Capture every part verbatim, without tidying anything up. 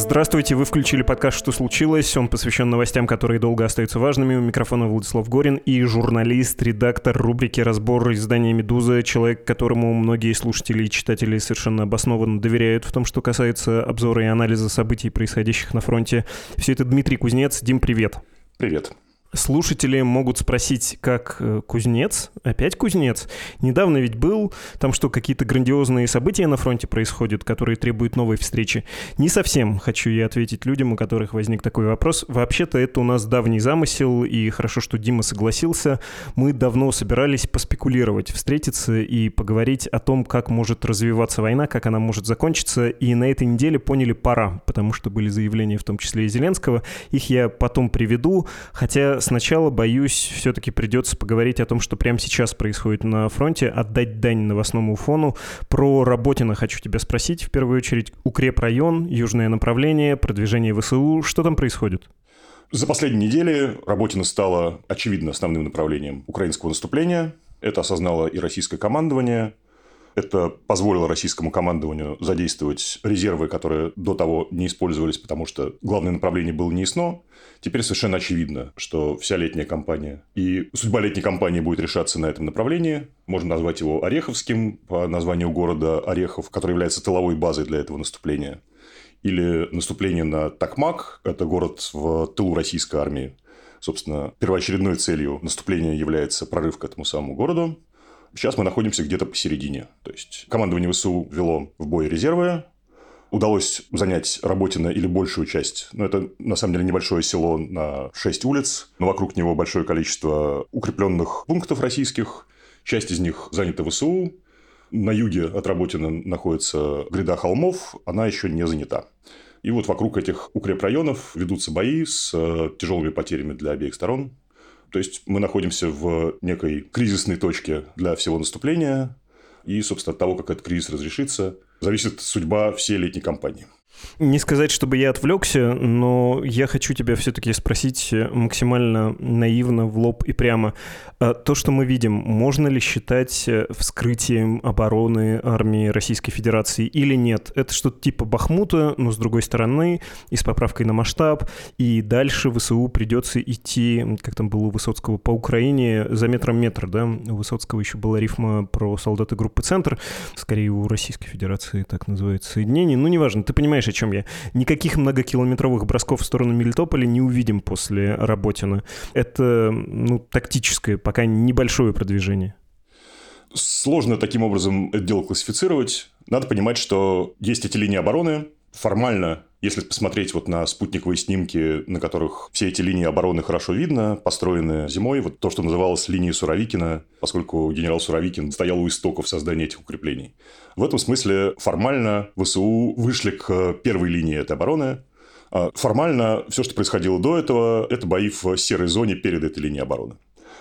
Здравствуйте, вы включили подкаст «Что случилось?». Он посвящен новостям, которые долго остаются важными. У микрофона Владислав Горин и журналист, редактор рубрики «Разбор» издания «Медуза», человек, которому многие слушатели и читатели совершенно обоснованно доверяют в том, что касается обзора и анализа событий, происходящих на фронте. Все это Дмитрий Кузнец. Дим, привет. Привет. Слушатели могут спросить, как Кузнец? Опять Кузнец? Недавно ведь был, там что, какие-то грандиозные события на фронте происходят, которые требуют новой встречи? Не совсем, хочу я ответить людям, у которых возник такой вопрос. Вообще-то это у нас давний замысел, и хорошо, что Дима согласился. Мы давно собирались поспекулировать, встретиться и поговорить о том, как может развиваться война, как она может закончиться, и на этой неделе поняли, пора, потому что были заявления, в том числе и Зеленского. Их я потом приведу, хотя сначала, боюсь, все-таки придется поговорить о том, что прямо сейчас происходит на фронте, отдать дань новостному фону. Про Работино хочу тебя спросить, в первую очередь. Укрепрайон, южное направление, продвижение ВСУ. Что там происходит? За последние недели Работино стало, очевидно, основным направлением украинского наступления. Это осознало и российское командование. Это позволило российскому командованию задействовать резервы, которые до того не использовались, потому что главное направление было неясно. Теперь совершенно очевидно, что вся летняя кампания и судьба летней кампании будет решаться на этом направлении. Можно назвать его Ореховским по названию города Орехов, который является тыловой базой для этого наступления. Или наступление на Токмак, это город в тылу российской армии. Собственно, первоочередной целью наступления является прорыв к этому самому городу. Сейчас мы находимся где-то посередине. То есть, командование ВСУ вело в бой резервы. Удалось занять Работино или большую часть. Но это, на самом деле, небольшое село на шесть улиц. Но вокруг него большое количество укрепленных пунктов российских. Часть из них занята ВСУ. На юге от Работино находится гряда холмов. Она еще не занята. И вот вокруг этих укрепрайонов ведутся бои с тяжелыми потерями для обеих сторон. То есть, мы находимся в некой кризисной точке для всего наступления. И, собственно, от того, как этот кризис разрешится, зависит судьба всей летней кампании. Не сказать, чтобы я отвлекся, но я хочу тебя все-таки спросить максимально наивно, в лоб и прямо. То, что мы видим, можно ли считать вскрытием обороны армии Российской Федерации или нет? Это что-то типа Бахмута, но с другой стороны, и с поправкой на масштаб, и дальше ВСУ придется идти, как там было у Высоцкого, по Украине за метром метр, да? У Высоцкого еще была рифма про солдаты группы «Центр», скорее у Российской Федерации так называется соединение, ну, неважно, ты понимаешь, о чем я. Никаких многокилометровых бросков в сторону Мелитополя не увидим после Работино. Это, ну, тактическое, пока небольшое продвижение. Сложно таким образом это дело классифицировать. Надо понимать, что есть эти линии обороны. Формально, если посмотреть вот на спутниковые снимки, на которых все эти линии обороны хорошо видно, построены зимой, вот то, что называлось линией Суровикина, поскольку генерал Суровикин стоял у истоков создания этих укреплений. В этом смысле формально ВСУ вышли к первой линии этой обороны. Формально все, что происходило до этого, это бои в серой зоне перед этой линией обороны.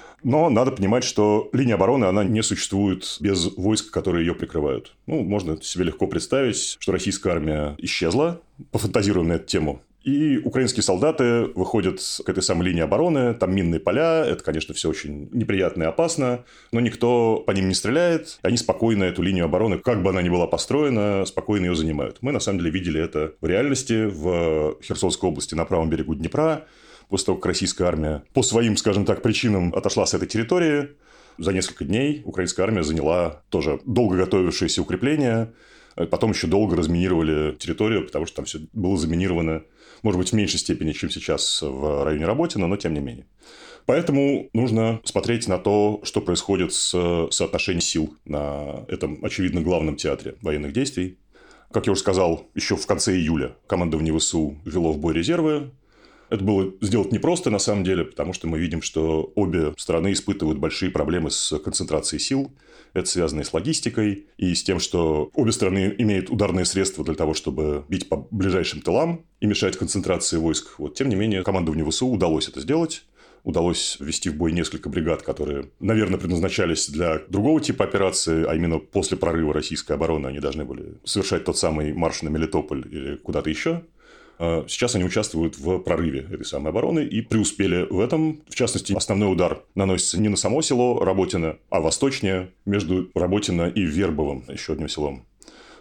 Но надо понимать, что линия обороны, она не существует без войск, которые ее прикрывают. Ну, можно себе легко представить, что российская армия исчезла, пофантазируем на эту тему. И украинские солдаты выходят к этой самой линии обороны, там минные поля, это, конечно, все очень неприятно и опасно, но никто по ним не стреляет, они спокойно эту линию обороны, как бы она ни была построена, спокойно ее занимают. Мы, на самом деле, видели это в реальности в Херсонской области на правом берегу Днепра. После того, как российская армия по своим, скажем так, причинам отошла с этой территории, за несколько дней украинская армия заняла тоже долго готовившиеся укрепления, потом еще долго разминировали территорию, потому что там все было заминировано, может быть, в меньшей степени, чем сейчас в районе Работино, но тем не менее. Поэтому нужно смотреть на то, что происходит с соотношением сил на этом, очевидно, главном театре военных действий. Как я уже сказал, еще в конце июля командование ВСУ вело в бой резервы. Это было сделать непросто, на самом деле, потому что мы видим, что обе страны испытывают большие проблемы с концентрацией сил. Это связано и с логистикой, и с тем, что обе страны имеют ударные средства для того, чтобы бить по ближайшим тылам и мешать концентрации войск. Вот, тем не менее, командованию ВСУ удалось это сделать. Удалось ввести в бой несколько бригад, которые, наверное, предназначались для другого типа операции, а именно после прорыва российской обороны они должны были совершать тот самый марш на Мелитополь или куда-то еще. Сейчас они участвуют в прорыве этой самой обороны и преуспели в этом. В частности, основной удар наносится не на само село Работино, а восточнее, между Работино и Вербовым, еще одним селом.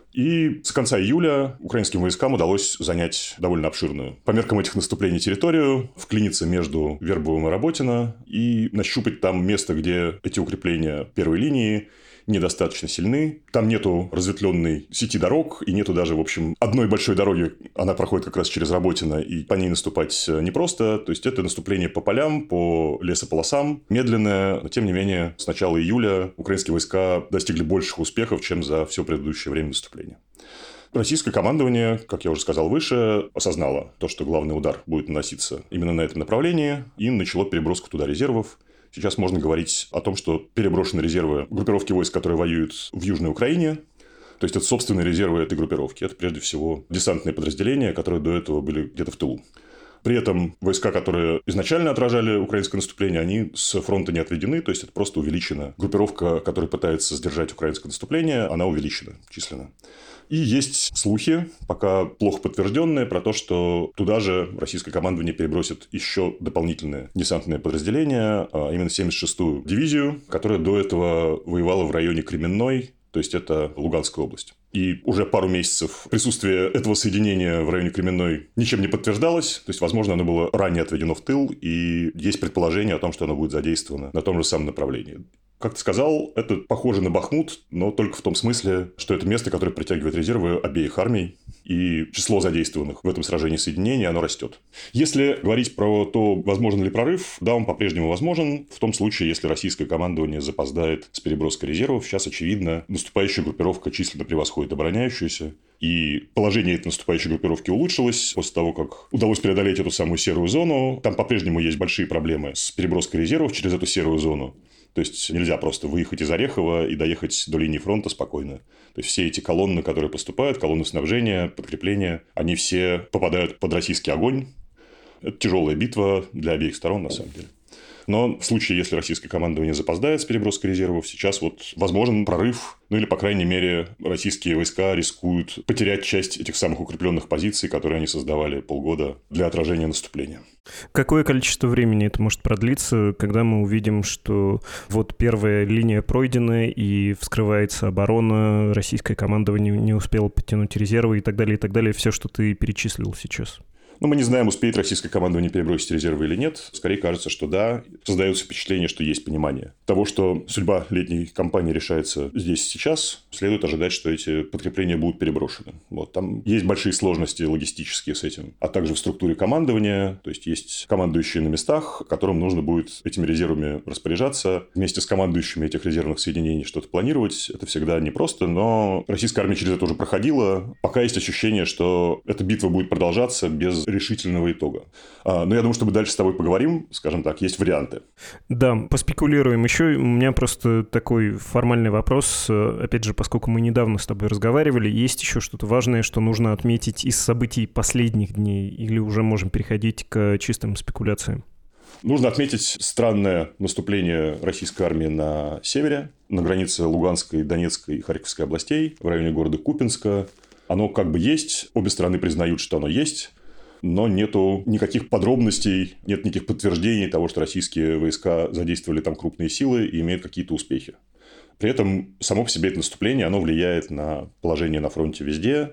И с конца июля украинским войскам удалось занять довольно обширную, по меркам этих наступлений, территорию, вклиниться между Вербовым и Работино и нащупать там место, где эти укрепления первой линии недостаточно сильны. Там нету разветвленной сети дорог, и нету даже, в общем, одной большой дороги. Она проходит как раз через Работино, и по ней наступать непросто. То есть, это наступление по полям, по лесополосам. Медленное, но, тем не менее, с начала июля украинские войска достигли больших успехов, чем за все предыдущее время наступления. Российское командование, как я уже сказал выше, осознало то, что главный удар будет наноситься именно на этом направлении, и начало переброску туда резервов. Сейчас можно говорить о том, что переброшены резервы группировки войск, которые воюют в Южной Украине. То есть, это собственные резервы этой группировки. Это, прежде всего, десантные подразделения, которые до этого были где-то в тылу. При этом войска, которые изначально отражали украинское наступление, они с фронта не отведены. То есть, это просто увеличена группировка, которая пытается сдержать украинское наступление, она увеличена численно. И есть слухи, пока плохо подтвержденные, про то, что туда же российское командование перебросит еще дополнительные десантные подразделения, а именно семьдесят шестую дивизию, которая до этого воевала в районе Кременной, то есть, это Луганская область. И уже пару месяцев присутствие этого соединения в районе Кременной ничем не подтверждалось. То есть, возможно, оно было ранее отведено в тыл, и есть предположение о том, что оно будет задействовано на том же самом направлении. Как ты сказал, это похоже на Бахмут, но только в том смысле, что это место, которое притягивает резервы обеих армий, и число задействованных в этом сражении соединений, оно растет. Если говорить про то, возможен ли прорыв, да, он по-прежнему возможен, в том случае, если российское командование запоздает с переброской резервов. Сейчас, очевидно, наступающая группировка численно превосходит обороняющуюся, и положение этой наступающей группировки улучшилось после того, как удалось преодолеть эту самую серую зону. Там по-прежнему есть большие проблемы с переброской резервов через эту серую зону. То есть, нельзя просто выехать из Орехова и доехать до линии фронта спокойно. То есть, все эти колонны, которые поступают, колонны снабжения, подкрепления, они все попадают под российский огонь. Это тяжелая битва для обеих сторон, на самом деле. Но в случае, если российское командование запоздает с переброской резервов, сейчас вот возможен прорыв, ну или, по крайней мере, российские войска рискуют потерять часть этих самых укрепленных позиций, которые они создавали полгода для отражения наступления. Какое количество времени это может продлиться, когда мы увидим, что вот первая линия пройдена и вскрывается оборона, российское командование не успело подтянуть резервы и так далее, и так далее, все, что ты перечислил сейчас? Но мы не знаем, успеет российское командование перебросить резервы или нет. Скорее кажется, что да. Создается впечатление, что есть понимание того, что судьба летней кампании решается здесь и сейчас. Следует ожидать, что эти подкрепления будут переброшены. Вот. Там есть большие сложности логистические с этим, а также в структуре командования. То есть, есть командующие на местах, которым нужно будет этими резервами распоряжаться. Вместе с командующими этих резервных соединений что-то планировать. Это всегда непросто, но российская армия через это уже проходила. Пока есть ощущение, что эта битва будет продолжаться без решительного итога. Но я думаю, что мы дальше с тобой поговорим, скажем так, есть варианты. Да, поспекулируем еще. У меня просто такой формальный вопрос. Опять же, поскольку мы недавно с тобой разговаривали, есть еще что-то важное, что нужно отметить из событий последних дней? Или уже можем переходить к чистым спекуляциям? Нужно отметить странное наступление российской армии на севере, на границе Луганской, Донецкой и Харьковской областей, в районе города Купянска. Оно как бы есть, обе стороны признают, что оно есть, но нету никаких подробностей, нет никаких подтверждений того, что российские войска задействовали там крупные силы и имеют какие-то успехи. При этом само по себе это наступление, оно влияет на положение на фронте везде.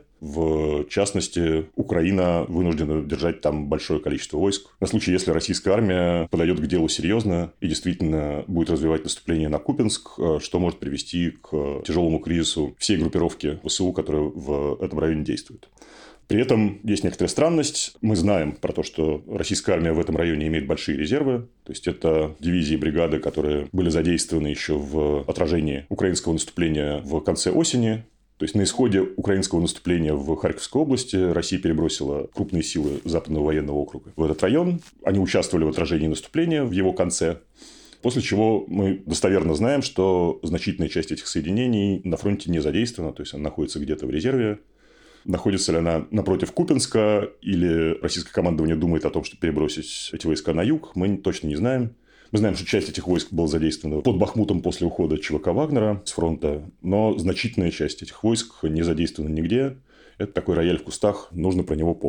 В частности, Украина вынуждена держать там большое количество войск. На случай, если российская армия подойдет к делу серьезно и действительно будет развивать наступление на Купянск, что может привести к тяжелому кризису всей группировки ВСУ, которая в этом районе действует. При этом есть некоторая странность. Мы знаем про то, что российская армия в этом районе имеет большие резервы. То есть, это дивизии и бригады, которые были задействованы еще в отражении украинского наступления в конце осени. То есть, на исходе украинского наступления в Харьковской области Россия перебросила крупные силы Западного военного округа в этот район. Они участвовали в отражении наступления в его конце. После чего мы достоверно знаем, что значительная часть этих соединений на фронте не задействована. То есть, она находится где-то в резерве. Находится ли она напротив Купянска, или российское командование думает о том, чтобы перебросить эти войска на юг, мы точно не знаем. Мы знаем, что часть этих войск была задействована под Бахмутом после ухода ЧВК Вагнера с фронта, но значительная часть этих войск не задействована нигде. Это такой рояль в кустах, нужно про него помнить.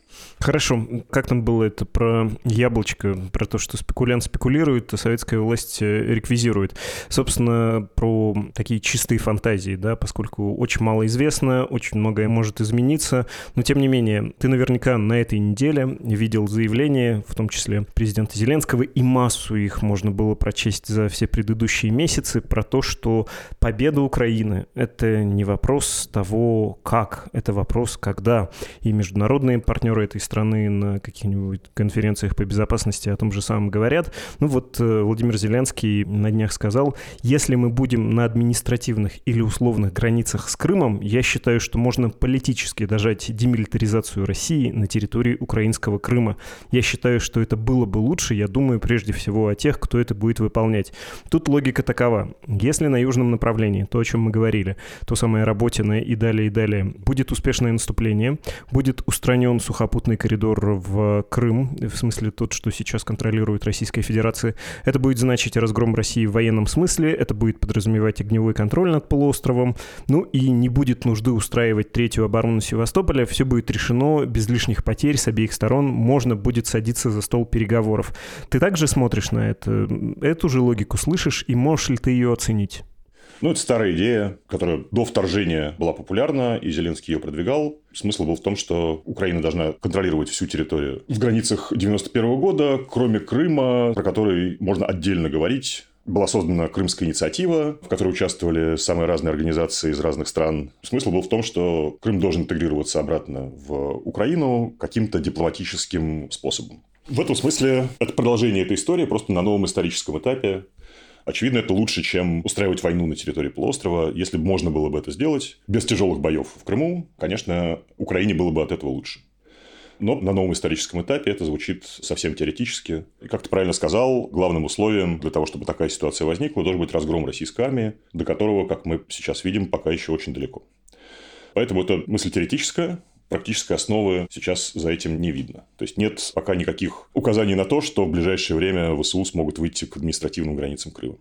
Хорошо. Как там было это про яблочко, про то, что спекулянт спекулирует, а советская власть реквизирует? Собственно, про такие чистые фантазии, да, поскольку очень мало известно, очень многое может измениться, но тем не менее, ты наверняка на этой неделе видел заявление, в том числе президента Зеленского, и массу их можно было прочесть за все предыдущие месяцы, про то, что победа Украины — это не вопрос того, как, это вопрос, когда. И международные партнеры этой страны на каких-нибудь конференциях по безопасности о том же самом говорят. Ну вот Владимир Зеленский на днях сказал: если мы будем на административных или условных границах с Крымом, я считаю, что можно политически дожать демилитаризацию России на территории украинского Крыма. Я считаю, что это было бы лучше, я думаю прежде всего о тех, кто это будет выполнять. Тут логика такова. Если на южном направлении, то, о чем мы говорили, то самое Работино и далее, и далее, будет успешное наступление, будет устранен сухопутный коридор в Крым, в смысле тот, что сейчас контролирует Российская Федерация, это будет значить разгром России в военном смысле, это будет подразумевать огневой контроль над полуостровом, ну и не будет нужды устраивать третью оборону Севастополя, все будет решено без лишних потерь с обеих сторон, можно будет садиться за стол переговоров. Ты также смотришь на это, эту же логику слышишь, и можешь ли ты ее оценить? Ну, это старая идея, которая до вторжения была популярна, и Зеленский ее продвигал. Смысл был в том, что Украина должна контролировать всю территорию в границах девяносто первого года, кроме Крыма, про который можно отдельно говорить. Была создана Крымская инициатива, в которой участвовали самые разные организации из разных стран. Смысл был в том, что Крым должен интегрироваться обратно в Украину каким-то дипломатическим способом. В этом смысле это продолжение этой истории, просто на новом историческом этапе. Очевидно, это лучше, чем устраивать войну на территории полуострова. Если бы можно было бы это сделать без тяжелых боев в Крыму, конечно, Украине было бы от этого лучше. Но на новом историческом этапе это звучит совсем теоретически. И, как ты правильно сказал, главным условием для того, чтобы такая ситуация возникла, должен быть разгром российской армии, до которого, как мы сейчас видим, пока еще очень далеко. Поэтому это мысль теоретическая. Практической основы сейчас за этим не видно. То есть нет пока никаких указаний на то, что в ближайшее время ВСУ смогут выйти к административным границам Крыма.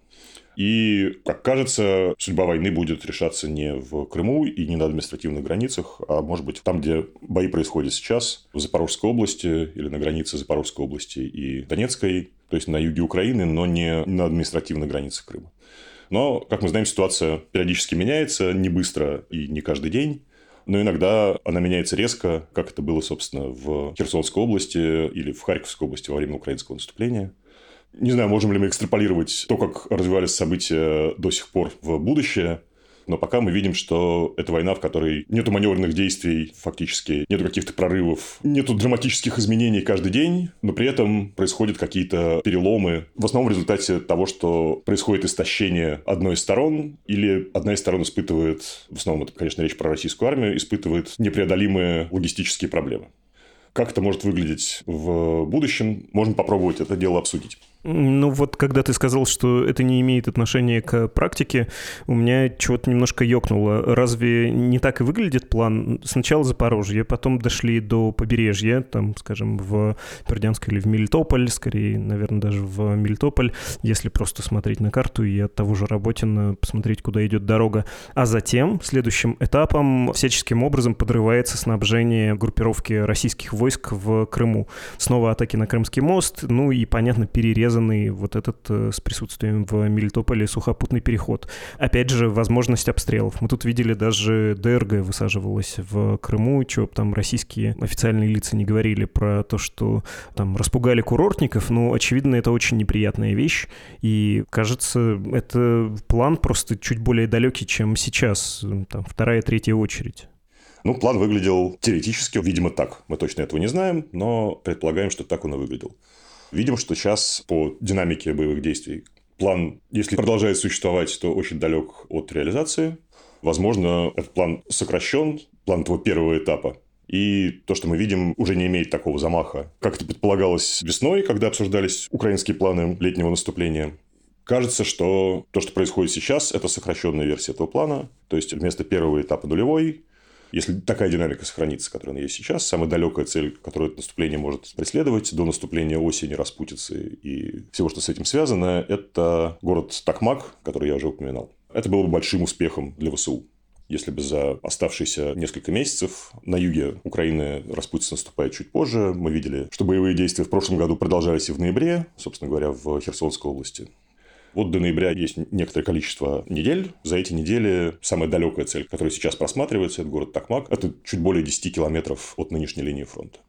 И, как кажется, судьба войны будет решаться не в Крыму и не на административных границах, а, может быть, там, где бои происходят сейчас, в Запорожской области или на границе Запорожской области и Донецкой, то есть на юге Украины, но не на административных границах Крыма. Но, как мы знаем, ситуация периодически меняется, не быстро и не каждый день. Но иногда она меняется резко, как это было, собственно, в Херсонской области или в Харьковской области во время украинского наступления. Не знаю, можем ли мы экстраполировать то, как развивались события до сих пор в будущее. Но пока мы видим, что это война, в которой нету маневренных действий фактически, нету каких-то прорывов, нету драматических изменений каждый день, но при этом происходят какие-то переломы. В основном в результате того, что происходит истощение одной из сторон, или одна из сторон испытывает, в основном это, конечно, речь про российскую армию, испытывает непреодолимые логистические проблемы. Как это может выглядеть в будущем, можно попробовать это дело обсудить. Ну вот, когда ты сказал, что это не имеет отношения к практике, у меня чего-то немножко ёкнуло. Разве не так и выглядит план? Сначала Запорожье, потом дошли до побережья, там, скажем, в Бердянск или в Мелитополь, скорее, наверное, даже в Мелитополь, если просто смотреть на карту и от того же Работина посмотреть, куда идет дорога. А затем, следующим этапом, всяческим образом подрывается снабжение группировки российских войск в Крыму. Снова атаки на Крымский мост, ну и, понятно, перерез вот этот с присутствием в Мелитополе сухопутный переход. Опять же, возможность обстрелов. Мы тут видели, даже ДРГ высаживалась в Крыму, что там российские официальные лица не говорили про то, что там распугали курортников, но, очевидно, это очень неприятная вещь, и, кажется, это план просто чуть более далекий, чем сейчас, там, вторая, третья очередь. Ну, план выглядел теоретически, видимо, так. Мы точно этого не знаем, но предполагаем, что так он и выглядел. Видим, что сейчас по динамике боевых действий план, если продолжает существовать, то очень далек от реализации. Возможно, этот план сокращен, план этого первого этапа. И то, что мы видим, уже не имеет такого замаха, как это предполагалось весной, когда обсуждались украинские планы летнего наступления. Кажется, что то, что происходит сейчас, это сокращенная версия этого плана. То есть, вместо первого этапа нулевой. Если такая динамика сохранится, которая она есть сейчас, самая далекая цель, которую это наступление может преследовать до наступления осени, распутицы и всего, что с этим связано, это город Токмак, который я уже упоминал. Это было бы большим успехом для ВСУ. если бы за оставшиеся несколько месяцев на юге Украины распутица наступает чуть позже. Мы видели, что боевые действия в прошлом году продолжались и в ноябре, собственно говоря, в Херсонской области. Вот до ноября есть некоторое количество недель. За эти недели самая далекая цель, которая сейчас просматривается, это город Токмак. Это чуть более десять километров от нынешней линии фронта.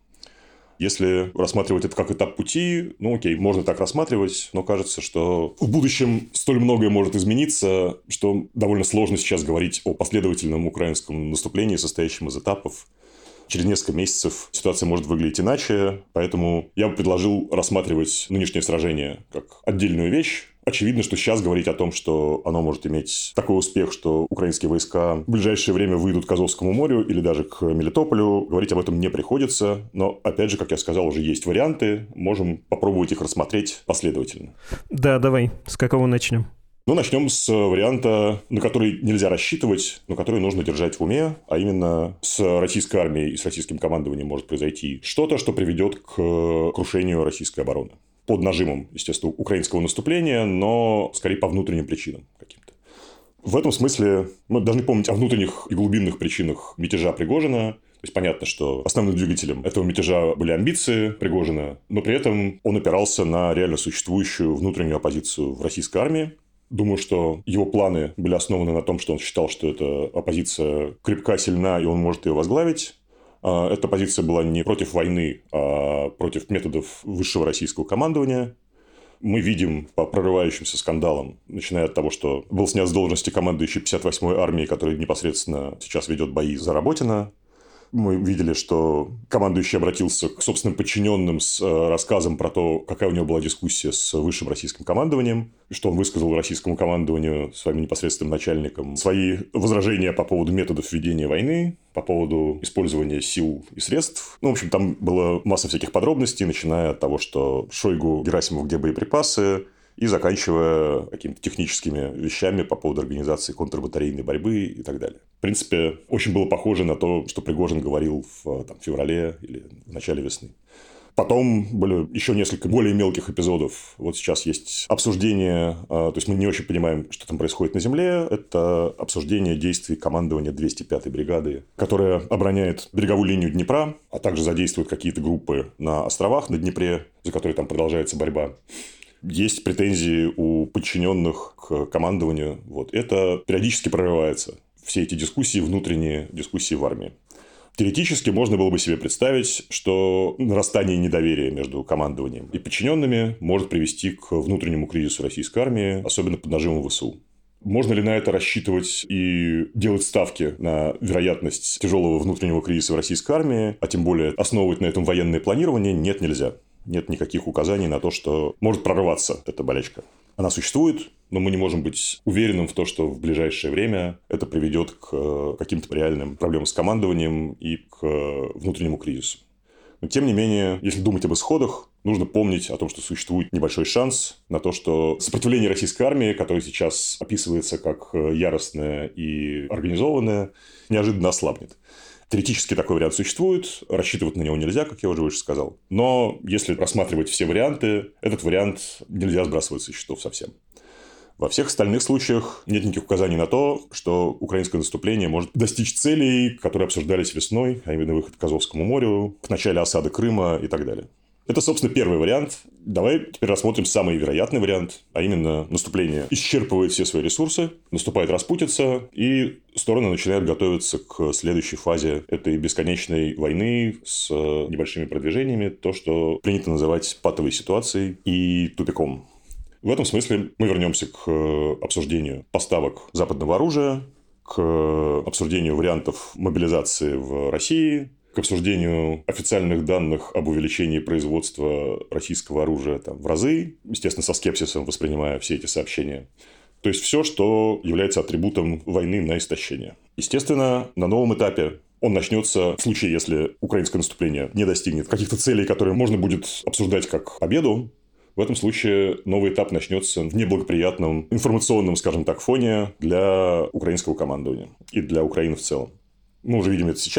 Если рассматривать это как этап пути, ну окей, можно так рассматривать, но кажется, что в будущем столь многое может измениться, что довольно сложно сейчас говорить о последовательном украинском наступлении, состоящем из этапов. Через несколько месяцев ситуация может выглядеть иначе, поэтому я бы предложил рассматривать нынешнее сражение как отдельную вещь. Очевидно, что сейчас говорить о том, что оно может иметь такой успех, что украинские войска в ближайшее время выйдут к Азовскому морю или даже к Мелитополю, говорить об этом не приходится. Но, опять же, как я сказал, уже есть варианты. Можем попробовать их рассмотреть последовательно. Да, давай. С какого начнем? Ну, начнем с варианта, на который нельзя рассчитывать, но который нужно держать в уме, а именно с российской армией и с российским командованием может произойти что-то, что приведет к крушению российской обороны. Под нажимом, естественно, украинского наступления, но скорее по внутренним причинам каким-то. В этом смысле мы должны помнить о внутренних и глубинных причинах мятежа Пригожина. То есть понятно, что основным двигателем этого мятежа были амбиции Пригожина, но при этом он опирался на реально существующую внутреннюю оппозицию в российской армии. Думаю, что его планы были основаны на том, что он считал, что эта оппозиция крепка, сильна, и он может ее возглавить. Эта позиция была не против войны, а против методов высшего российского командования. Мы видим по прорывающимся скандалам, начиная от того, что был снят с должности командующий пятьдесят восьмой армией, который непосредственно сейчас ведет бои за Работино. Мы видели, что командующий обратился к собственным подчиненным с рассказом про то, какая у него была дискуссия с высшим российским командованием, что он высказал российскому командованию, своим непосредственным начальникам, свои возражения по поводу методов ведения войны, по поводу использования сил и средств. Ну, в общем, там была масса всяких подробностей, начиная от того, что Шойгу, Герасимов, где боеприпасы, и заканчивая какими-то техническими вещами по поводу организации контрбатарейной борьбы и так далее. В принципе, очень было похоже на то, что Пригожин говорил в там, феврале или в начале весны. Потом были еще несколько более мелких эпизодов. Вот сейчас есть обсуждение, то есть мы не очень понимаем, что там происходит на земле. Это обсуждение действий командования двести пятой бригады, которая обороняет береговую линию Днепра, а также задействует какие-то группы на островах на Днепре, за которые там продолжается борьба. Есть претензии у подчиненных к командованию. Вот. Это периодически прорывается. Все эти дискуссии, внутренние дискуссии в армии. Теоретически можно было бы себе представить, что нарастание недоверия между командованием и подчиненными может привести к внутреннему кризису российской армии, особенно под нажимом ВСУ. Можно ли на это рассчитывать и делать ставки на вероятность тяжелого внутреннего кризиса в российской армии, а тем более основывать на этом военное планирование? Нет, нельзя. Нет никаких указаний на то, что может прорваться эта болячка. Она существует, но мы не можем быть уверенным в том, что в ближайшее время это приведет к каким-то реальным проблемам с командованием и к внутреннему кризису. Но, тем не менее, если думать об исходах, нужно помнить о том, что существует небольшой шанс на то, что сопротивление российской армии, которое сейчас описывается как яростное и организованное, неожиданно ослабнет. Теоретически такой вариант существует, рассчитывать на него нельзя, как я уже выше сказал. Но если рассматривать все варианты, этот вариант нельзя сбрасывать со счетов совсем. Во всех остальных случаях нет никаких указаний на то, что украинское наступление может достичь целей, которые обсуждались весной, а именно выход к Азовскому морю, к началу осады Крыма и так далее. Это, собственно, первый вариант. Давай теперь рассмотрим самый вероятный вариант, а именно наступление исчерпывает все свои ресурсы, наступает распутица, и стороны начинают готовиться к следующей фазе этой бесконечной войны с небольшими продвижениями, то, что принято называть патовой ситуацией и тупиком. В этом смысле мы вернемся к обсуждению поставок западного оружия, к обсуждению вариантов мобилизации в России, к обсуждению официальных данных об увеличении производства российского оружия там, в разы, естественно, со скепсисом воспринимая все эти сообщения. То есть все, что является атрибутом войны на истощение. Естественно, на новом этапе он начнется в случае, если украинское наступление не достигнет каких-то целей, которые можно будет обсуждать как победу. В этом случае новый этап начнется в неблагоприятном информационном, скажем так, фоне для украинского командования и для Украины в целом. Мы уже видим это сейчас.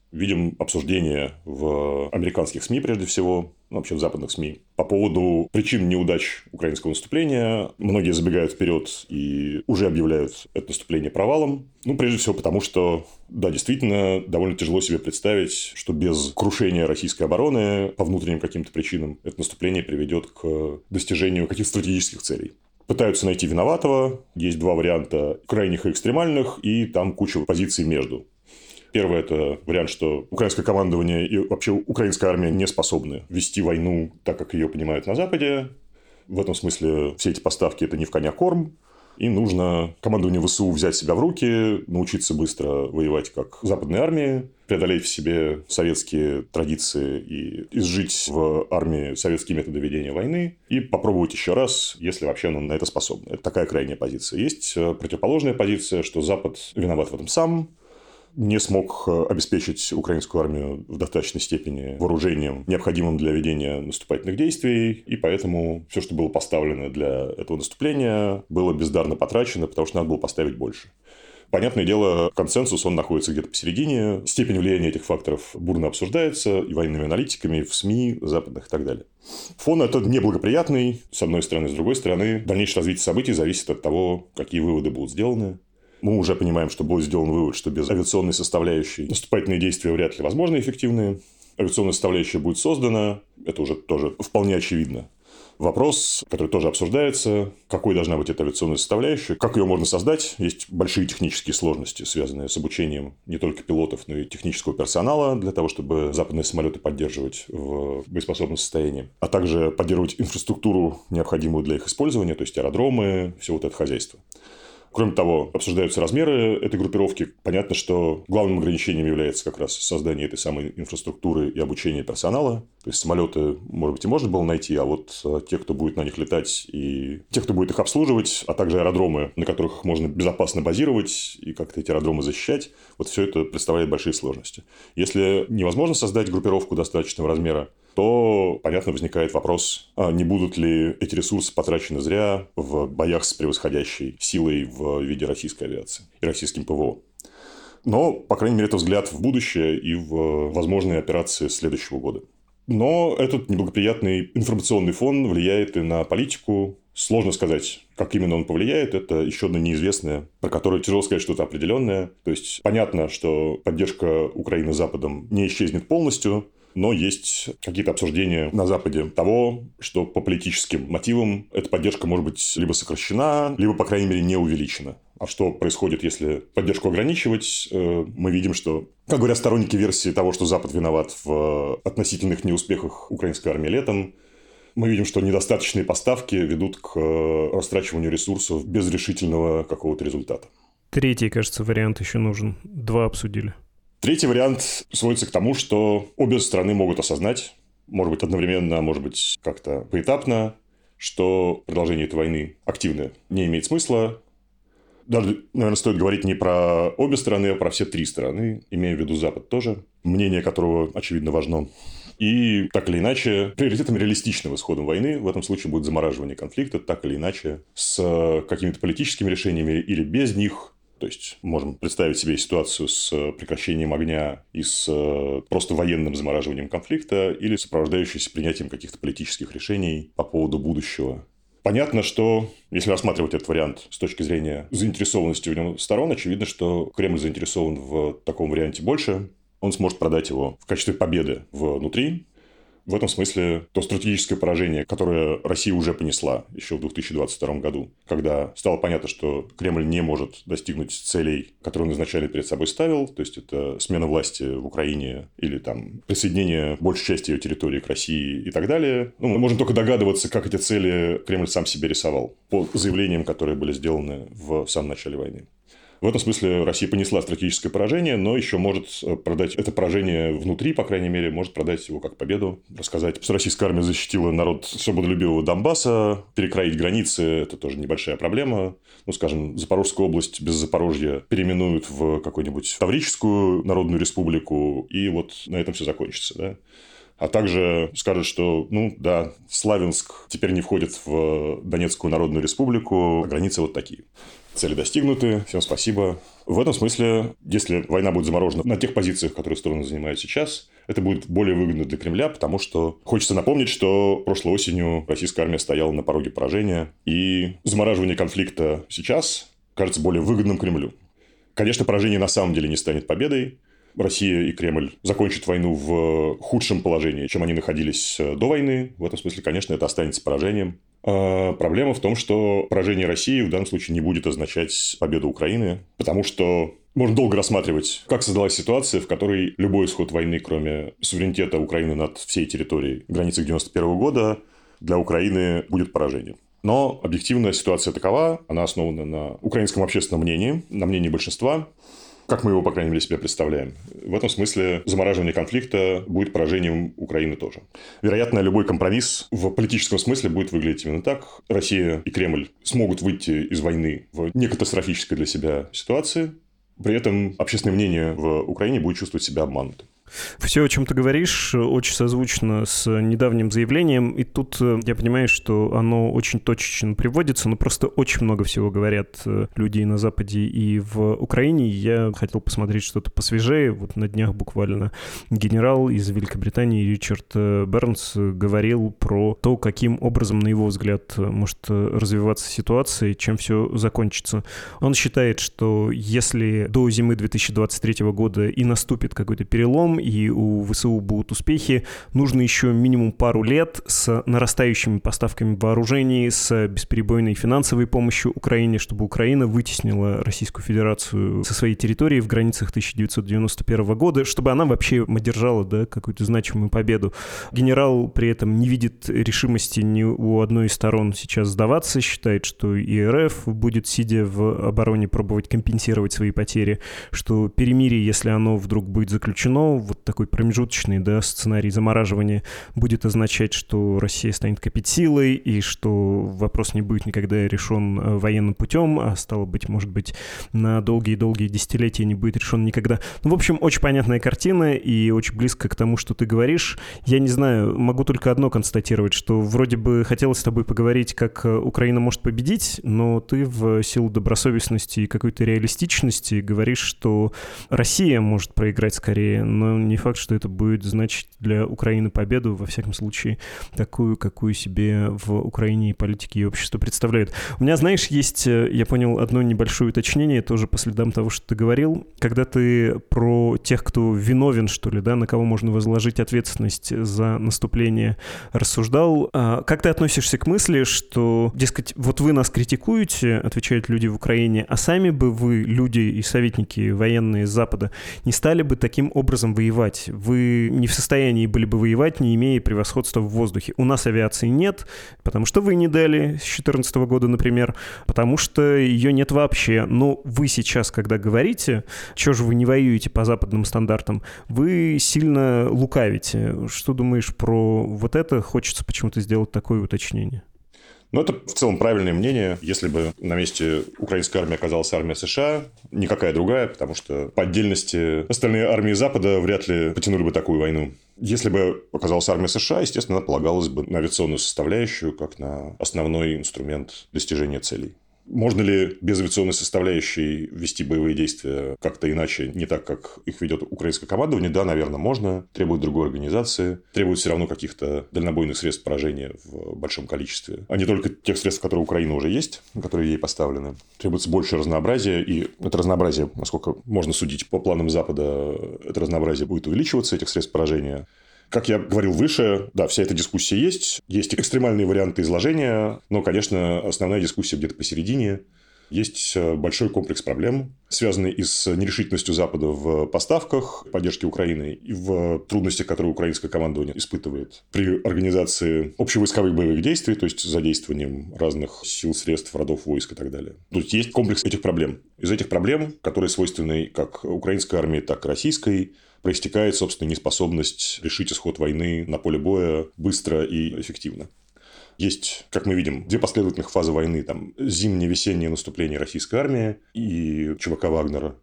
видим обсуждение в американских СМИ, прежде всего, ну, вообще в западных СМИ, по поводу причин неудач украинского наступления. Многие забегают вперед и уже объявляют это наступление провалом. Ну, прежде всего, потому что, да, действительно, довольно тяжело себе представить, что без крушения российской обороны по внутренним каким-то причинам это наступление приведет к достижению каких-то стратегических целей. Пытаются найти виноватого. Есть два варианта: крайних и экстремальных, и там куча позиций между. Первый – это вариант, что украинское командование и вообще украинская армия не способны вести войну так, как ее понимают на Западе. В этом смысле все эти поставки – это не в коня корм. И нужно командованию ВСУ взять себя в руки, научиться быстро воевать как западной армии, преодолеть в себе советские традиции и изжить в армии советские методы ведения войны и попробовать еще раз, если вообще он на это способен. Это такая крайняя позиция. Есть противоположная позиция, что Запад виноват в этом сам, не смог обеспечить украинскую армию в достаточной степени вооружением, необходимым для ведения наступательных действий, и поэтому все, что было поставлено для этого наступления, было бездарно потрачено, потому что надо было поставить больше. Понятное дело, консенсус, он находится где-то посередине. Степень влияния этих факторов бурно обсуждается и военными аналитиками, в СМИ западных и так далее. Фон этот неблагоприятный, с одной стороны. С другой стороны, дальнейшее развитие событий зависит от того, какие выводы будут сделаны. Мы уже понимаем, что будет сделан вывод, что без авиационной составляющей наступательные действия вряд ли возможны эффективные. Авиационная составляющая будет создана. Это уже тоже вполне очевидно. Вопрос, который тоже обсуждается, какой должна быть эта авиационная составляющая, как ее можно создать. Есть большие технические сложности, связанные с обучением не только пилотов, но и технического персонала для того, чтобы западные самолеты поддерживать в боеспособном состоянии, а также поддерживать инфраструктуру, необходимую для их использования, то есть аэродромы, все вот это хозяйство. Кроме того, обсуждаются размеры этой группировки. Понятно, что главным ограничением является как раз создание этой самой инфраструктуры и обучение персонала. То есть самолеты, может быть, и можно было найти, а вот те, кто будет на них летать, и те, кто будет их обслуживать, а также аэродромы, на которых их можно безопасно базировать и как-то эти аэродромы защищать, вот все это представляет большие сложности. Если невозможно создать группировку достаточного размера, то, понятно, возникает вопрос, а не будут ли эти ресурсы потрачены зря в боях с превосходящей силой в виде российской авиации и российским ПВО. Но, по крайней мере, это взгляд в будущее и в возможные операции следующего года. Но этот неблагоприятный информационный фон влияет и на политику. Сложно сказать, как именно он повлияет. Это еще одно неизвестное, про которое тяжело сказать что-то определенное. То есть, понятно, что поддержка Украины Западом не исчезнет полностью, но есть какие-то обсуждения на Западе того, что по политическим мотивам эта поддержка может быть либо сокращена, либо, по крайней мере, не увеличена. А что происходит, если поддержку ограничивать? Мы видим, что, как говорят сторонники версии того, что Запад виноват в относительных неуспехах украинской армии летом, мы видим, что недостаточные поставки ведут к растрачиванию ресурсов без решительного какого-то результата. Третий, кажется, вариант еще нужен. Два обсудили. Третий вариант сводится к тому, что обе стороны могут осознать, может быть, одновременно, может быть, как-то поэтапно, что продолжение этой войны активно не имеет смысла. Даже, наверное, стоит говорить не про обе стороны, а про все три стороны, имея в виду Запад тоже, мнение которого, очевидно, важно. И, так или иначе, приоритетом реалистичного исхода войны в этом случае будет замораживание конфликта, так или иначе, с какими-то политическими решениями или без них. То есть, можем представить себе ситуацию с прекращением огня и с просто военным замораживанием конфликта или сопровождающейся принятием каких-то политических решений по поводу будущего. Понятно, что, если рассматривать этот вариант с точки зрения заинтересованности в нем сторон, очевидно, что Кремль заинтересован в таком варианте больше. Он сможет продать его в качестве победы внутри. В этом смысле то стратегическое поражение, которое Россия уже понесла еще в две тысячи двадцать втором году, когда стало понятно, что Кремль не может достигнуть целей, которые он изначально перед собой ставил, то есть это смена власти в Украине или там присоединение большей части ее территории к России и так далее. Ну, мы можем только догадываться, как эти цели Кремль сам себе рисовал по заявлениям, которые были сделаны в самом начале войны. В этом смысле Россия понесла стратегическое поражение, но еще может продать это поражение внутри, по крайней мере, может продать его как победу, рассказать, что российская армия защитила народ свободолюбивого Донбасса, перекроить границы – это тоже небольшая проблема. Ну, скажем, Запорожскую область без Запорожья переименуют в какую-нибудь Таврическую народную республику, и вот на этом все закончится, да? А также скажет, что, ну, да, Славянск теперь не входит в Донецкую народную республику, а границы вот такие. цели достигнуты, всем спасибо. В этом смысле, если война будет заморожена на тех позициях, которые стороны занимают сейчас, это будет более выгодно для Кремля, потому что хочется напомнить, что прошлой осенью российская армия стояла на пороге поражения, и замораживание конфликта сейчас кажется более выгодным Кремлю. Конечно, поражение на самом деле не станет победой. Россия и Кремль закончат войну в худшем положении, чем они находились до войны. В этом смысле, конечно, это останется поражением. А проблема в том, что поражение России в данном случае не будет означать победу Украины, потому что можно долго рассматривать, как создалась ситуация, в которой любой исход войны, кроме суверенитета Украины над всей территорией в границах девяносто первого года, для Украины будет поражением. Но объективная ситуация такова, она основана на украинском общественном мнении, на мнении большинства, как мы его, по крайней мере, себе представляем. В этом смысле замораживание конфликта будет поражением Украины тоже. Вероятно, любой компромисс в политическом смысле будет выглядеть именно так. Россия и Кремль смогут выйти из войны в некатастрофической для себя ситуации. При этом общественное мнение в Украине будет чувствовать себя обманутым. Все, о чем ты говоришь, очень созвучно с недавним заявлением, и тут я понимаю, что оно очень точечно приводится, но просто очень много всего говорят люди и на Западе, и в Украине. Я хотел посмотреть что-то посвежее. Вот на днях буквально генерал из Великобритании Ричард Бернс говорил про то, каким образом, на его взгляд, может развиваться ситуация и чем все закончится. Он считает, что если до зимы две тысячи двадцать третьего года и наступит какой-то перелом, и у ВСУ будут успехи, нужно еще минимум пару лет с нарастающими поставками вооружений, с бесперебойной финансовой помощью Украине, чтобы Украина вытеснила Российскую Федерацию со своей территории в границах тысяча девятьсот девяносто первого года, чтобы она вообще одержала, да, какую-то значимую победу. Генерал при этом не видит решимости ни у одной из сторон сейчас сдаваться, считает, что и РФ будет, сидя в обороне, пробовать компенсировать свои потери, что перемирие, если оно вдруг будет заключено, вот такой промежуточный, да, сценарий замораживания будет означать, что Россия станет копить силой, и что вопрос не будет никогда решен военным путем, а стало быть, может быть, на долгие-долгие десятилетия не будет решен никогда. Ну, в общем, очень понятная картина и очень близко к тому, что ты говоришь. Я не знаю, могу только одно констатировать, что вроде бы хотелось с тобой поговорить, как Украина может победить, но ты в силу добросовестности и какой-то реалистичности говоришь, что Россия может проиграть скорее, но не факт, что это будет значить для Украины победу, во всяком случае, такую, какую себе в Украине и политики, и общество представляют. У меня, знаешь, есть, я понял, одно небольшое уточнение, тоже по следам того, что ты говорил. Когда ты про тех, кто виновен, что ли, да, на кого можно возложить ответственность за наступление, рассуждал, как ты относишься к мысли, что, дескать, вот вы нас критикуете, отвечают люди в Украине, а сами бы вы, люди и советники военные с Запада, не стали бы таким образом воевать? Вы не в состоянии были бы воевать, не имея превосходства в воздухе. У нас авиации нет, потому что вы не дали с две тысячи четырнадцатого года, например, потому что ее нет вообще. Но вы сейчас, когда говорите, что же вы не воюете по западным стандартам, вы сильно лукавите. Что думаешь про вот это? Хочется почему-то сделать такое уточнение. Ну, это в целом правильное мнение. Если бы на месте украинской армии оказалась армия США, никакая другая, потому что по отдельности остальные армии Запада вряд ли потянули бы такую войну. Если бы оказалась армия США, естественно, она полагалась бы на авиационную составляющую, как на основной инструмент достижения целей. Можно ли без авиационной составляющей вести боевые действия как-то иначе, не так, как их ведет украинское командование? Да, наверное, можно. Требует другой организации. Требует все равно каких-то дальнобойных средств поражения в большом количестве. А не только тех средств, которые у Украины уже есть, которые ей поставлены. Требуется больше разнообразия. И это разнообразие, насколько можно судить по планам Запада, это разнообразие будет увеличиваться, этих средств поражения. Как я говорил выше, да, вся эта дискуссия есть. Есть экстремальные варианты изложения, но, конечно, основная дискуссия где-то посередине. Есть большой комплекс проблем, связанный и с нерешительностью Запада в поставках поддержки Украины и в трудностях, которые украинское командование испытывает при организации общевойсковых боевых действий, то есть задействованием разных сил, средств, родов войск и так далее. То есть есть комплекс этих проблем. Из этих проблем, которые свойственны как украинской армии, так и российской, проистекает, собственно, неспособность решить исход войны на поле боя быстро и эффективно. Есть, как мы видим, две последовательных фазы войны. Там зимнее-весеннее наступление российской армии и ЧВК Вагнера.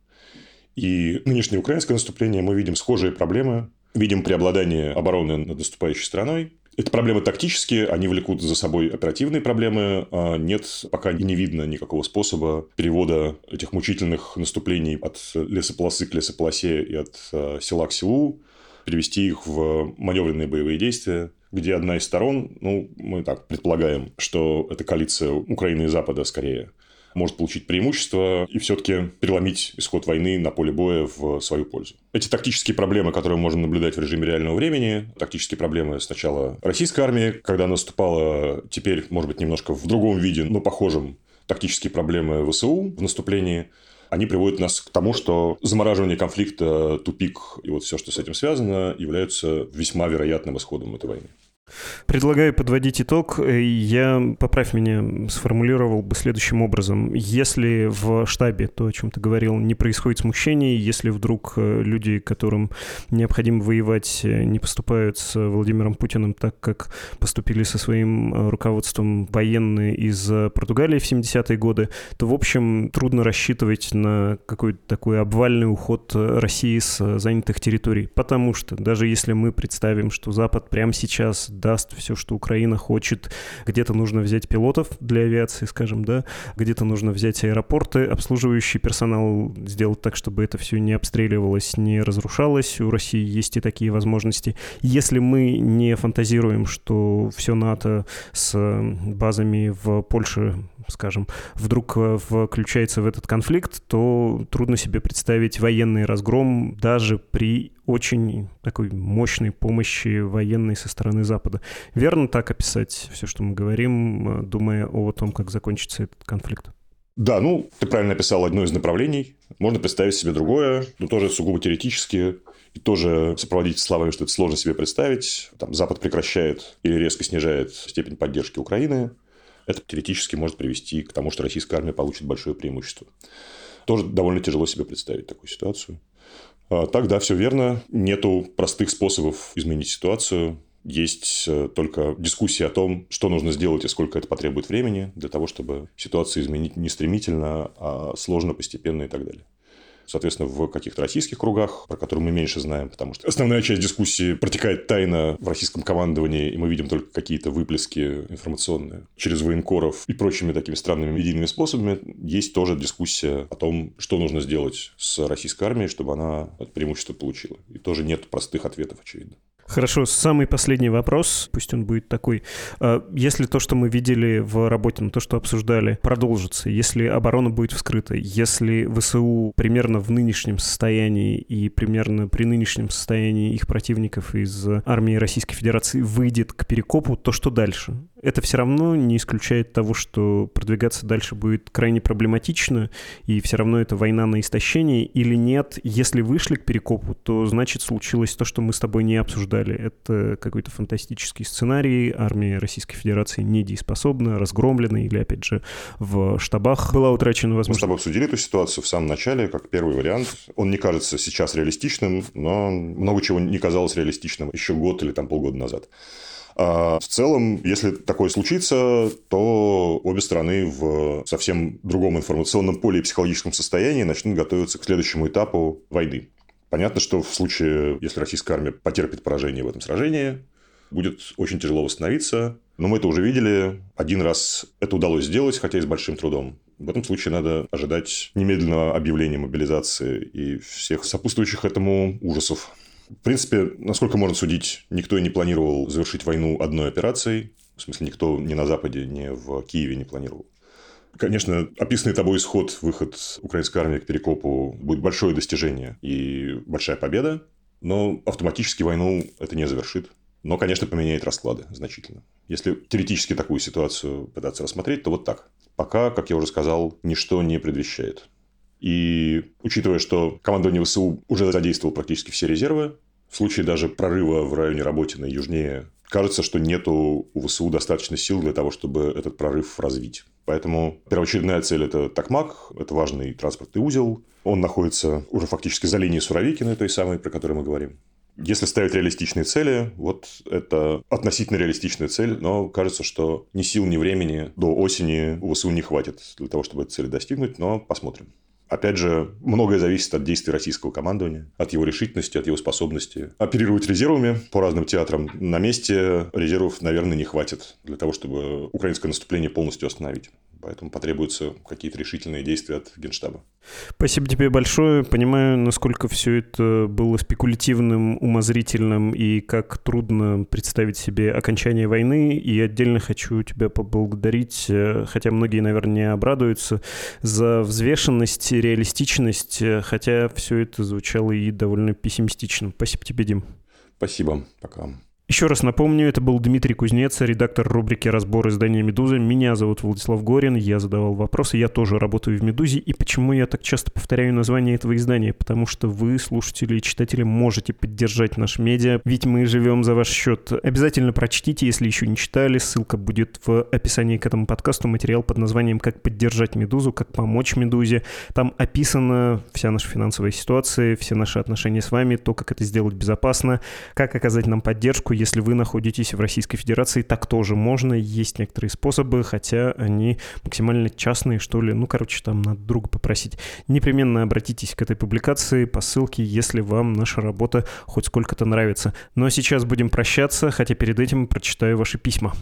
И нынешнее украинское наступление, мы видим схожие проблемы. Видим преобладание обороны над наступающей страной. Это проблемы тактические, они влекут за собой оперативные проблемы. Нет, пока не видно никакого способа перевода этих мучительных наступлений от лесополосы к лесополосе и от села к селу, перевести их в маневренные боевые действия, где одна из сторон, ну, мы так предполагаем, что это коалиция Украины и Запада скорее, может получить преимущество и все-таки переломить исход войны на поле боя в свою пользу. Эти тактические проблемы, которые можно наблюдать в режиме реального времени, тактические проблемы сначала российской армии, когда она наступала, теперь, может быть, немножко в другом виде, но похожем, тактические проблемы ВСУ в наступлении, они приводят нас к тому, что замораживание конфликта, тупик и вот все, что с этим связано, являются весьма вероятным исходом этой войны. Предлагаю подводить итог. Я, поправь меня, сформулировал бы следующим образом. Если в штабе, то, о чем ты говорил, не происходит смущений, если вдруг люди, которым необходимо воевать, не поступают с Владимиром Путиным так, как поступили со своим руководством военные из Португалии в семидесятые годы, то, в общем, трудно рассчитывать на какой-то такой обвальный уход России с занятых территорий. Потому что даже если мы представим, что Запад прямо сейчас даст все, что Украина хочет. Где-то нужно взять пилотов для авиации, скажем, да, где-то нужно взять аэропорты, обслуживающий персонал, сделать так, чтобы это все не обстреливалось, не разрушалось. У России есть и такие возможности. Если мы не фантазируем, что все НАТО с базами в Польше, скажем, вдруг включается в этот конфликт, то трудно себе представить военный разгром даже при очень такой мощной помощи военной со стороны Запада. Верно так описать все, что мы говорим, думая о том, как закончится этот конфликт? Да, ну, ты правильно описал одно из направлений. Можно представить себе другое, но тоже сугубо теоретически. И тоже сопроводить словами, что это сложно себе представить. Там Запад прекращает или резко снижает степень поддержки Украины. Это теоретически может привести к тому, что российская армия получит большое преимущество. Тоже довольно тяжело себе представить такую ситуацию. Так, да, все верно. Нету простых способов изменить ситуацию. Есть только дискуссия о том, что нужно сделать и сколько это потребует времени для того, чтобы ситуацию изменить не стремительно, а сложно, постепенно и так далее. Соответственно, в каких-то российских кругах, про которые мы меньше знаем, потому что основная часть дискуссии протекает тайно в российском командовании, и мы видим только какие-то выплески информационные через военкоров и прочими такими странными медийными способами. Есть тоже дискуссия о том, что нужно сделать с российской армией, чтобы она это преимущество получила. И тоже нет простых ответов, очевидно. Хорошо, самый последний вопрос, пусть он будет такой. Если то, что мы видели в работе, то, что обсуждали, продолжится, если оборона будет вскрыта, если ВСУ примерно в нынешнем состоянии и примерно при нынешнем состоянии их противников из армии Российской Федерации выйдет к Перекопу, то что дальше? Это все равно не исключает того, что продвигаться дальше будет крайне проблематично, и все равно это война на истощение или нет. Если вышли к Перекопу, то значит случилось то, что мы с тобой не обсуждали. Это какой-то фантастический сценарий. Армия Российской Федерации недееспособна, разгромлена, или, опять же, в штабах была утрачена возможность. Мы с тобой обсудили эту ситуацию в самом начале, как первый вариант. Он не кажется сейчас реалистичным, но много чего не казалось реалистичным еще год или там полгода назад. А в целом, если такое случится, то обе стороны в совсем другом информационном поле и психологическом состоянии начнут готовиться к следующему этапу войны. Понятно, что в случае, если российская армия потерпит поражение в этом сражении, будет очень тяжело восстановиться. Но мы это уже видели. Один раз это удалось сделать, хотя и с большим трудом. В этом случае надо ожидать немедленного объявления мобилизации и всех сопутствующих этому ужасов. В принципе, насколько можно судить, никто и не планировал завершить войну одной операцией. В смысле, никто ни на Западе, ни в Киеве не планировал. Конечно, описанный тобой исход, выход украинской армии к Перекопу будет большое достижение и большая победа, но автоматически войну это не завершит. Но, конечно, поменяет расклады значительно. Если теоретически такую ситуацию пытаться рассмотреть, то вот так. Пока, как я уже сказал, ничто не предвещает. И учитывая, что командование ВСУ уже задействовало практически все резервы, в случае даже прорыва в районе Работино и южнее, кажется, что нету у ВСУ достаточно сил для того, чтобы этот прорыв развить. Поэтому первоочередная цель – это Токмак, это важный транспортный узел. Он находится уже фактически за линией Суровикино, той самой, про которую мы говорим. Если ставить реалистичные цели, вот это относительно реалистичная цель, но кажется, что ни сил, ни времени до осени у ВСУ не хватит для того, чтобы эту цель достигнуть, но посмотрим. Опять же, многое зависит от действий российского командования, от его решительности, от его способности оперировать резервами по разным театрам. На месте резервов, наверное, не хватит для того, чтобы украинское наступление полностью остановить. Поэтому потребуются какие-то решительные действия от Генштаба. Спасибо тебе большое. Понимаю, насколько все это было спекулятивным, умозрительным и как трудно представить себе окончание войны. И отдельно хочу тебя поблагодарить, хотя многие, наверное, не обрадуются, за взвешенность, реалистичность, хотя все это звучало и довольно пессимистично. Спасибо тебе, Дим. Спасибо. Пока. Еще раз напомню, это был Дмитрий Кузнец, редактор рубрики «Разбор издания «Медуза». Меня зовут Владислав Горин, я задавал вопросы, я тоже работаю в «Медузе». И почему я так часто повторяю название этого издания? Потому что вы, слушатели и читатели, можете поддержать наш медиа, ведь мы живем за ваш счет. Обязательно прочтите, если еще не читали, ссылка будет в описании к этому подкасту, материал под названием «Как поддержать «Медузу», как помочь «Медузе». Там описана вся наша финансовая ситуация, все наши отношения с вами, то, как это сделать безопасно, как оказать нам поддержку. Если вы находитесь в Российской Федерации, так тоже можно. Есть некоторые способы, хотя они максимально частные, что ли. Ну, короче, там надо друга попросить. Непременно обратитесь к этой публикации по ссылке, если вам наша работа хоть сколько-то нравится. Ну, а сейчас будем прощаться, хотя перед этим прочитаю ваши письма.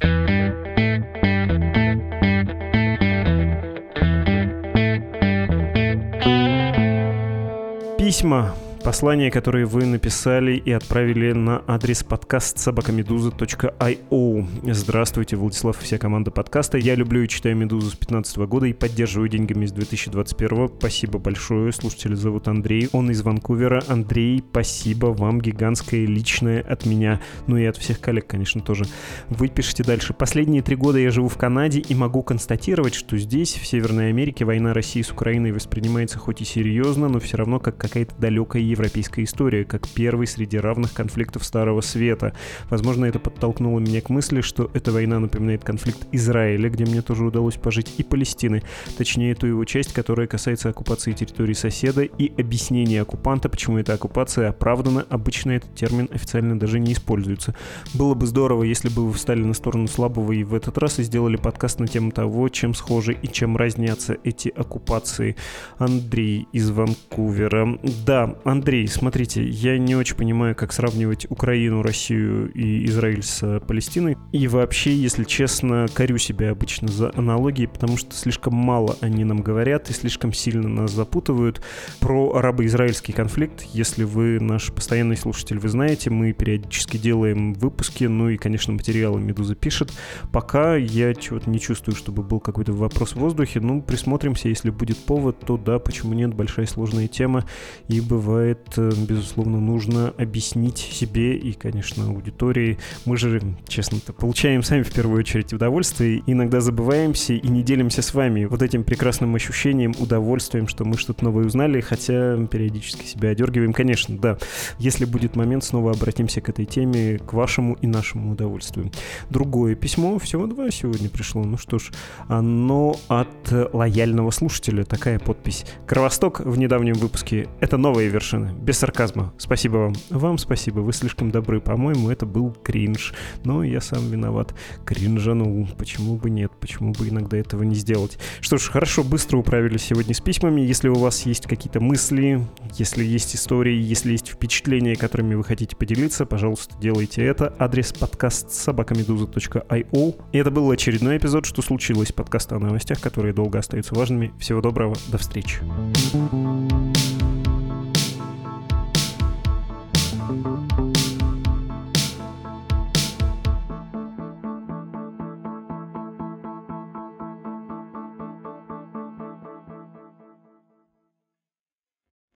Письма. Послания, которые вы написали и отправили на адрес подкаст собака медуза точка ай о. Здравствуйте, Владислав и вся команда подкаста. Я люблю и читаю «Медузу» с две тысячи пятнадцатого года и поддерживаю деньгами с две тысячи двадцать первого. Спасибо большое. Слушателя зовут Андрей. Он из Ванкувера. Андрей, спасибо вам гигантское личное от меня. Ну и от всех коллег, конечно, тоже. Вы пишете дальше. Последние три года я живу в Канаде и могу констатировать, что здесь, в Северной Америке, война России с Украиной воспринимается хоть и серьезно, но все равно как какая-то далекая европейская история, как первый среди равных конфликтов Старого Света. Возможно, это подтолкнуло меня к мысли, что эта война напоминает конфликт Израиля, где мне тоже удалось пожить, и Палестины, точнее, ту его часть, которая касается оккупации территории соседа и объяснения оккупанта, почему эта оккупация оправдана. Обычно этот термин официально даже не используется. Было бы здорово, если бы вы встали на сторону слабого и в этот раз и сделали подкаст на тему того, чем схожи и чем разнятся эти оккупации. Андрей из Ванкувера. Да, Андрей, Андрей, смотрите, я не очень понимаю, как сравнивать Украину, Россию и Израиль с Палестиной. И вообще, если честно, корю себя обычно за аналогии, потому что слишком мало они нам говорят и слишком сильно нас запутывают. Про арабо-израильский конфликт, если вы наш постоянный слушатель, вы знаете, мы периодически делаем выпуски, ну и, конечно, материалы «Медуза» пишет. Пока я чего-то не чувствую, чтобы был какой-то вопрос в воздухе. Ну, присмотримся, если будет повод, то да, почему нет, большая сложная тема, и бывает, безусловно, нужно объяснить себе и, конечно, аудитории. Мы же, честно-то, получаем сами в первую очередь удовольствие, иногда забываемся и не делимся с вами вот этим прекрасным ощущением, удовольствием, что мы что-то новое узнали, хотя периодически себя одергиваем. Конечно, да, если будет момент, снова обратимся к этой теме, к вашему и нашему удовольствию. Другое письмо, всего два сегодня пришло, ну что ж, оно от лояльного слушателя, такая подпись. Кровосток в недавнем выпуске — это новая вершина. Без сарказма. Спасибо вам. Вам спасибо. Вы слишком добры. По-моему, это был кринж. Но я сам виноват. Кринжанул. Почему бы нет? Почему бы иногда этого не сделать? Что ж, хорошо, быстро управились сегодня с письмами. Если у вас есть какие-то мысли, если есть истории, если есть впечатления, которыми вы хотите поделиться, пожалуйста, делайте это. Адрес подкаст собака медуза точка ай о. И это был очередной эпизод «Что случилось?» подкаста о новостях, которые долго остаются важными. Всего доброго. До встречи.